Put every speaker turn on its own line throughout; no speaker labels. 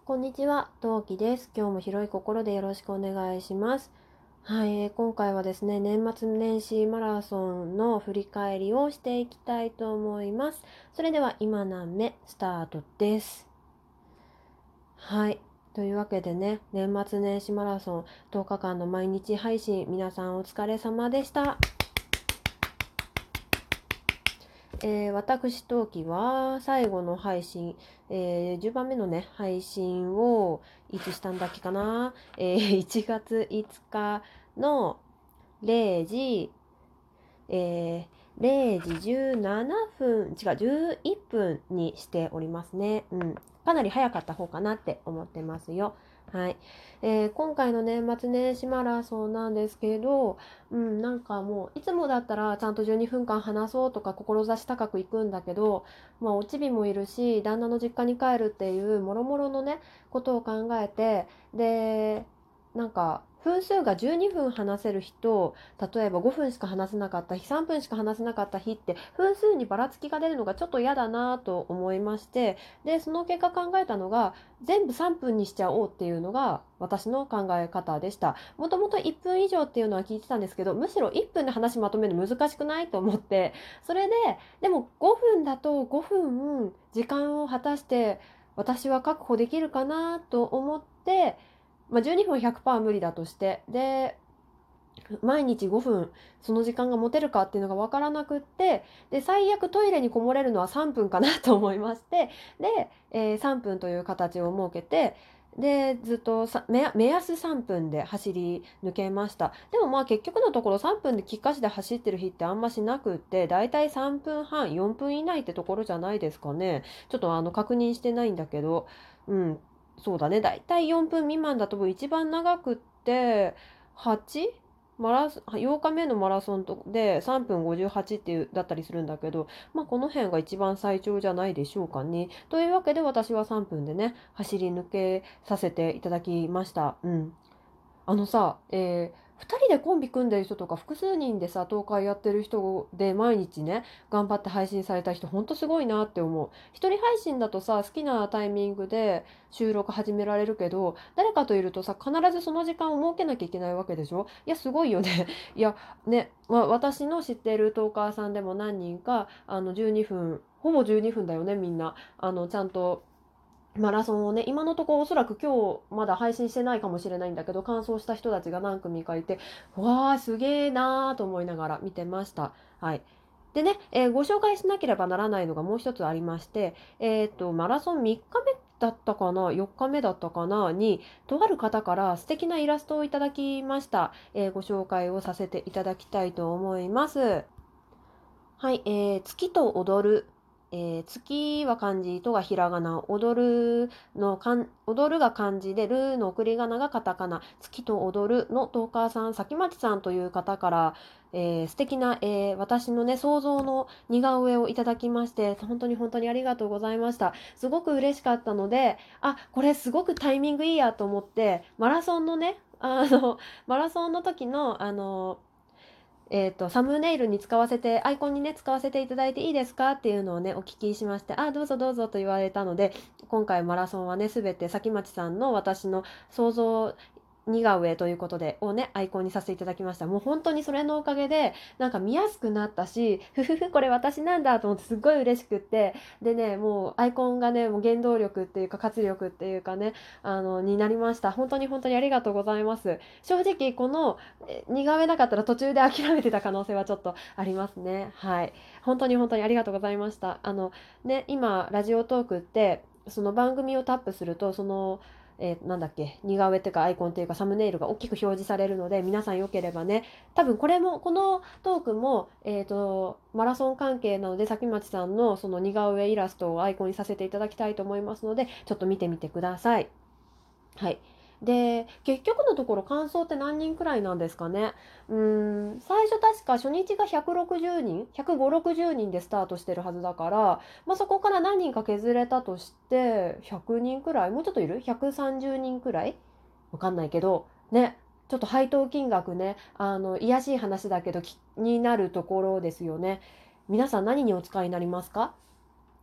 こんにちは、トウキです。今日も広い心でよろしくお願いします。はい、今回はですね、年末年始マラソンの振り返りをしていきたいと思います。それでは今何目スタートです。はい。というわけでね、年末年始マラソン10日間の毎日配信、皆さんお疲れ様でした。私、陶器は最後の配信、10番目のね、配信をいつしたんだっけかな、1月5日の0時、0時17分、違う、11分にしておりますね。かなり早かった方かなって思ってますよ。はい。今回の年末年始マラソンなんですけど、なんかもう、いつもだったらちゃんと12分間話そうとか志高く行くんだけど、おちびもいるし、旦那の実家に帰るっていう、もろもろのね、ことを考えて、で、なんか、分数が12分話せる日と、例えば5分しか話せなかった日、3分しか話せなかった日って分数にばらつきが出るのがちょっと嫌だなと思いまして、でその結果考えたのが全部3分にしちゃおうっていうのが私の考え方でした。もともと1分以上っていうのは聞いてたんですけど、むしろ1分で話まとめるの難しくないと思って、それでも5分だと5分時間を果たして私は確保できるかなと思って、12分100%無理だとして、で毎日5分その時間が持てるかっていうのが分からなくって、で最悪トイレにこもれるのは3分かなと思いまして、で、3分という形を設けて、でずっと目安3分で走り抜けました。でも結局のところ3分できっかしで走ってる日ってあんましなくって、だいたい3分半4分以内ってところじゃないですかね。ちょっと確認してないんだけど、そうだね、だいたい4分未満だと一番長くって88日目のマラソンで3分58っていうだったりするんだけど、この辺が一番最長じゃないでしょうかね。というわけで私は3分でね、走り抜けさせていただきました。あのさ、2人でコンビ組んでる人とか複数人でさ東海やってる人で毎日ね頑張って配信された人ほんとすごいなって思う。一人配信だとさ好きなタイミングで収録始められるけど、誰かといるとさ必ずその時間を設けなきゃいけないわけでしょ。いやすごいよね。いやね、私の知ってるトーカーさんでも何人か12分ほぼ12分だよね、みんなちゃんとマラソンをね、今のところおそらく今日まだ配信してないかもしれないんだけど、完走した人たちが何組かいて、わーすげーなーと思いながら見てました。はい。でね、ご紹介しなければならないのがもう一つありまして、マラソン3日目だったかな、4日目だったかなに、とある方から素敵なイラストをいただきました。ご紹介をさせていただきたいと思います。はい、月と踊る。月は漢字、とがひらがな、踊るが漢字で、るの送り仮名がカタカナ、月と踊るのトーカーさん、崎町さんという方から、素敵な、私のね、想像の似顔絵をいただきまして、本当に本当にありがとうございました。すごく嬉しかったので、これすごくタイミングいいやと思って、マラソンのね、マラソンの時の、サムネイルに使わせて、アイコンにね、使わせていただいていいですかっていうのをね、お聞きしまして、どうぞどうぞと言われたので、今回マラソンはね、すべて崎町さんの私の想像似顔絵ということでをねアイコンにさせていただきました。もう本当にそれのおかげでなんか見やすくなったし、ふふふこれ私なんだと思ってすっごい嬉しくって、でねもうアイコンがねもう原動力っていうか活力っていうかねになりました。本当に本当にありがとうございます。正直この似顔絵なかったら途中で諦めてた可能性はちょっとありますね。はい、本当に本当にありがとうございました。今ラジオトークってその番組をタップするとそのなんだっけ似顔絵っていうかアイコンっていうかサムネイルが大きく表示されるので、皆さんよければね、多分このトークも、マラソン関係なので崎町さんのその似顔絵イラストをアイコンにさせていただきたいと思いますので、ちょっと見てみてください。はい。で、結局のところ感想って何人くらいなんですかね。最初確か初日が160人、150、60人でスタートしてるはずだから、そこから何人か削れたとして、100人くらい、もうちょっといる ?130 人くらいわかんないけど、ね、ちょっと配当金額ね、癒やしい話だけど気になるところですよね。皆さん何にお使いになりますか？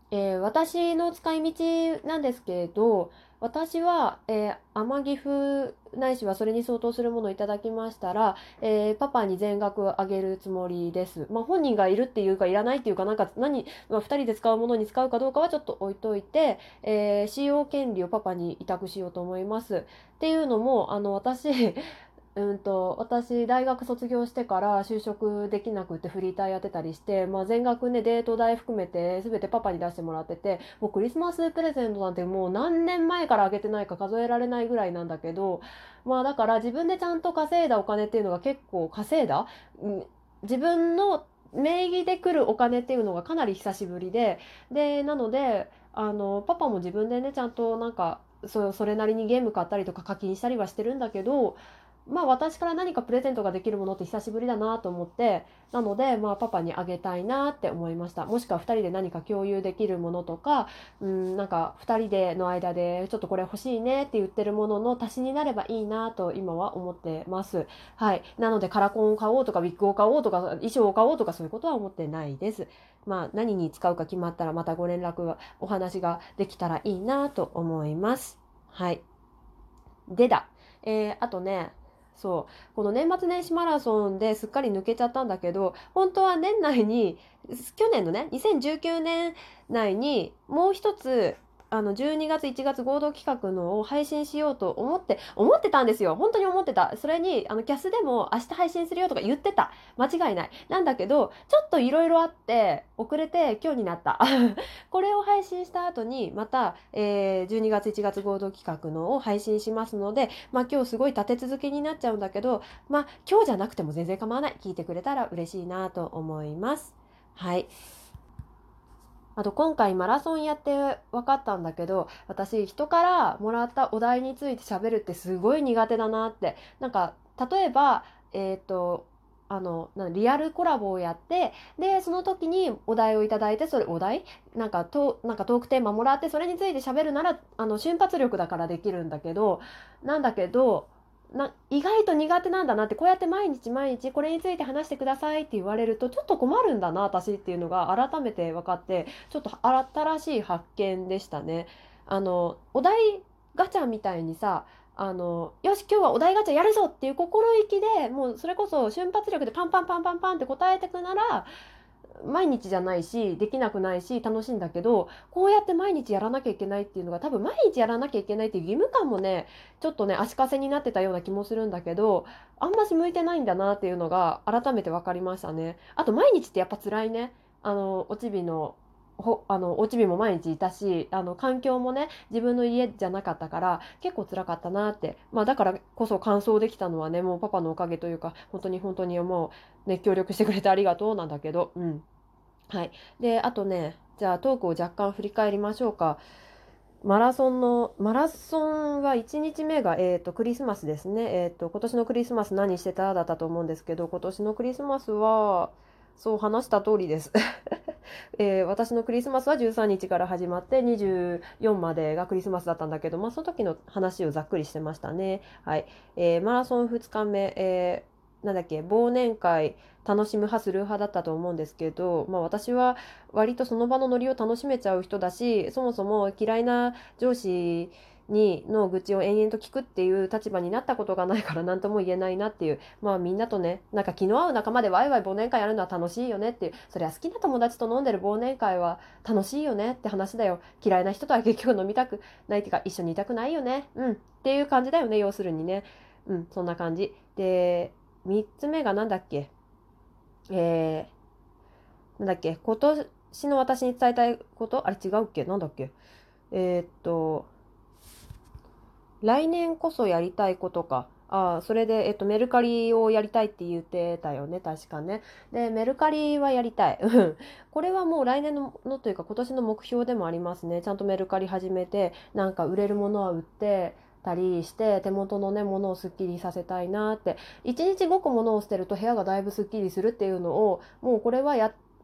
私の使い道なんですけど、私は、天城府ないしはそれに相当するものをいただきましたら、パパに全額をあげるつもりです。まあ、本人がいるっていうかいらないっていうか、なんかまあ、2人で使うものに使うかどうかはちょっと置いといて、使用権利をパパに委託しようと思います。っていうのも、私私、大学卒業してから就職できなくてフリーターやってたりして、まあ、全額ね、デート代含めて全てパパに出してもらってて、もうクリスマスプレゼントなんてもう何年前からあげてないか数えられないぐらいなんだけど、まあだから自分でちゃんと稼いだお金っていうのが結構稼いだ、自分の名義で来るお金っていうのがかなり久しぶりで、なので、パパも自分でね、ちゃんとなんか、それなりにゲーム買ったりとか課金したりはしてるんだけど、まあ私から何かプレゼントができるものって久しぶりだなと思って、なのでまあパパにあげたいなって思いました。もしくは2人で何か共有できるものとか、なんか2人での間でちょっとこれ欲しいねって言ってるものの足しになればいいなと今は思ってます。はい。なのでカラコンを買おうとかウィッグを買おうとか衣装を買おうとかそういうことは思ってないです。まあ何に使うか決まったらまたご連絡お話ができたらいいなと思います。はい。でだ。あとね、そう、この年末年始マラソンですっかり抜けちゃったんだけど、本当は年内に、去年のね、2019年内にもう一つ、12月1月合同企画のを配信しようと思ってたんですよ。本当に思ってた。それに、キャスでも明日配信するよとか言ってた。間違いない。なんだけど、ちょっといろいろあって、遅れて今日になった。これを配信した後にまた、12月1月合同企画のを配信しますので、まあ今日すごい立て続けになっちゃうんだけど、まあ今日じゃなくても全然構わない。聞いてくれたら嬉しいなと思います。はい。あと今回マラソンやって分かったんだけど、私人からもらったお題について喋るってすごい苦手だなって。なんか例えばリアルコラボをやって、でその時にお題をいただいて、それお題なんかトークテーマもらって、それについて喋るなら瞬発力だからできるんだけど、なんだけど意外と苦手なんだなって、こうやって毎日毎日これについて話してくださいって言われるとちょっと困るんだな私っていうのが改めて分かって、ちょっと新しい発見でしたね。お題ガチャみたいにさ、よし今日はお題ガチャやるぞっていう心意気で、もうそれこそ瞬発力でパンパンパンパンパンって答えてくなら毎日じゃないしできなくないし楽しいんだけど、こうやって毎日やらなきゃいけないっていうのが、多分毎日やらなきゃいけないっていう義務感もね、ちょっとね足かせになってたような気もするんだけど、あんまし向いてないんだなっていうのが改めて分かりましたね。あと毎日ってやっぱ辛いね。おちびのおちびも毎日いたし、環境もね自分の家じゃなかったから結構辛かったなって。まあだからこそ完走できたのはね、もうパパのおかげというか、本当に本当にもうね協力してくれてありがとうなんだけど、はい。で、あとね、じゃあトークを若干振り返りましょうか。マラソンは1日目が、クリスマスですね。今年のクリスマス何してただったと思うんですけど、今年のクリスマスは、そう話した通りです。私のクリスマスは13日から始まって24までがクリスマスだったんだけど、まあ、その時の話をざっくりしてましたね。はい。マラソン2日目、なんだっけ、忘年会楽しむ派する派だったと思うんですけど、まあ、私は割とその場のノリを楽しめちゃう人だし、そもそも嫌いな上司の愚痴を延々と聞くっていう立場になったことがないから何とも言えないなっていう。まあみんなとね、なんか気の合う仲間でワイワイ忘年会やるのは楽しいよねっていう、そりゃ好きな友達と飲んでる忘年会は楽しいよねって話だよ。嫌いな人とは結局飲みたくないっていうか、一緒にいたくないよね、っていう感じだよね、要するにね。そんな感じで、3つ目がなんだっけ、えなんだっけ、今年の私に伝えたいこと、あれ違うっけ、なんだっけ、えーっと来年こそやりたいことか。それで、メルカリをやりたいって言ってたよね、確かね。で、メルカリはやりたい。これはもう来年のというか今年の目標でもありますね。ちゃんとメルカリ始めて、なんか売れるものは売ってたりして、手元のね、ものをすっきりさせたいなって。1日5個物を捨てると部屋がだいぶすっきりするっていうのを、もうこれは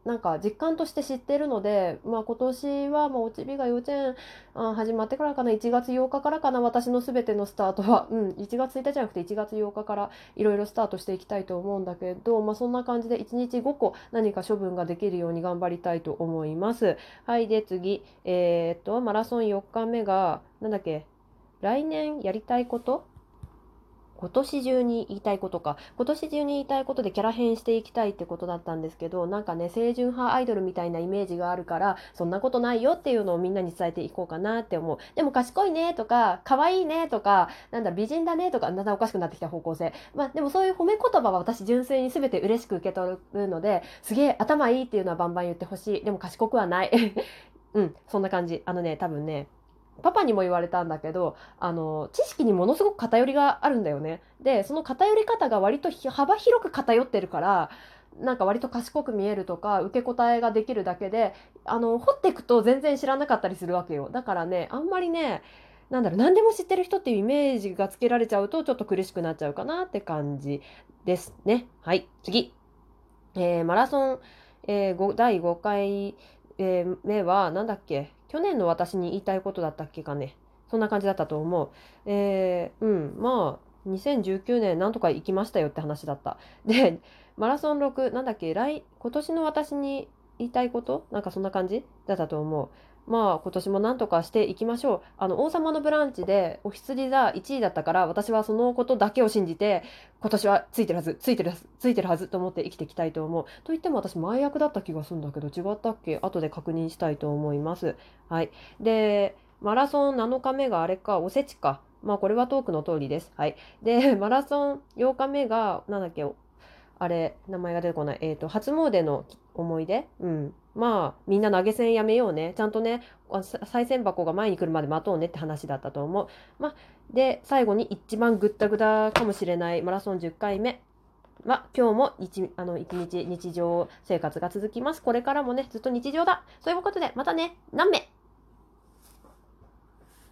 なんか実感として知ってるので、今年はもうおちびが幼稚園始まってからかな、1月8日からかな、私の全てのスタートは、1月1日じゃなくて1月8日からいろいろスタートしていきたいと思うんだけど、そんな感じで1日5個何か処分ができるように頑張りたいと思います。はい、で次、マラソン4日目が、なんだっけ、来年やりたいこと、今年中に言いたいことか。今年中に言いたいことでキャラ変していきたいってことだったんですけど、なんかね、清純派アイドルみたいなイメージがあるから、そんなことないよっていうのをみんなに伝えていこうかなって思う。でも賢いねとか、可愛いねとか、なんだ、美人だねとか、だんだんおかしくなってきた方向性。でもそういう褒め言葉は私純粋に全て嬉しく受け取るので、すげえ頭いいっていうのはバンバン言ってほしい。でも賢くはない。そんな感じ。多分ね、パパにも言われたんだけど、知識にものすごく偏りがあるんだよね。で、その偏り方が割と幅広く偏ってるから、なんか割と賢く見えるとか、受け答えができるだけで、掘っていくと全然知らなかったりするわけよ。だからね、あんまりね、何でも知ってる人っていうイメージがつけられちゃうと、ちょっと苦しくなっちゃうかなって感じですね。はい、次。マラソン、第5回、目は、なんだっけ、去年の私に言いたいことだったっけかね。そんな感じだったと思う。2019年なんとか行きましたよって話だった。で、マラソン6、なんだっけ、今年の私に言いたいことなんかそんな感じだったと思う。今年もなんとかしていきましょう。王様のブランチでお羊座1位だったから、私はそのことだけを信じて、今年はついてるはず、ついてるはず、ついてるはずと思って生きていきたいと思う。と言っても私前役だった気がするんだけど、違ったっけ？後で確認したいと思います。はい。で、マラソン7日目があれか、おせちか。これはトークの通りです。はい。で、マラソン8日目が、なんだっけ、あれ、名前が出てこない。初詣の思い出。みんな投げ銭やめようね。ちゃんとね、賽銭箱が前に来るまで待とうねって話だったと思う。で、最後に一番グッダグダかもしれないマラソン10回目。今日も一日日常生活が続きます。これからもね、ずっと日常だ。そういうことで、またね、何名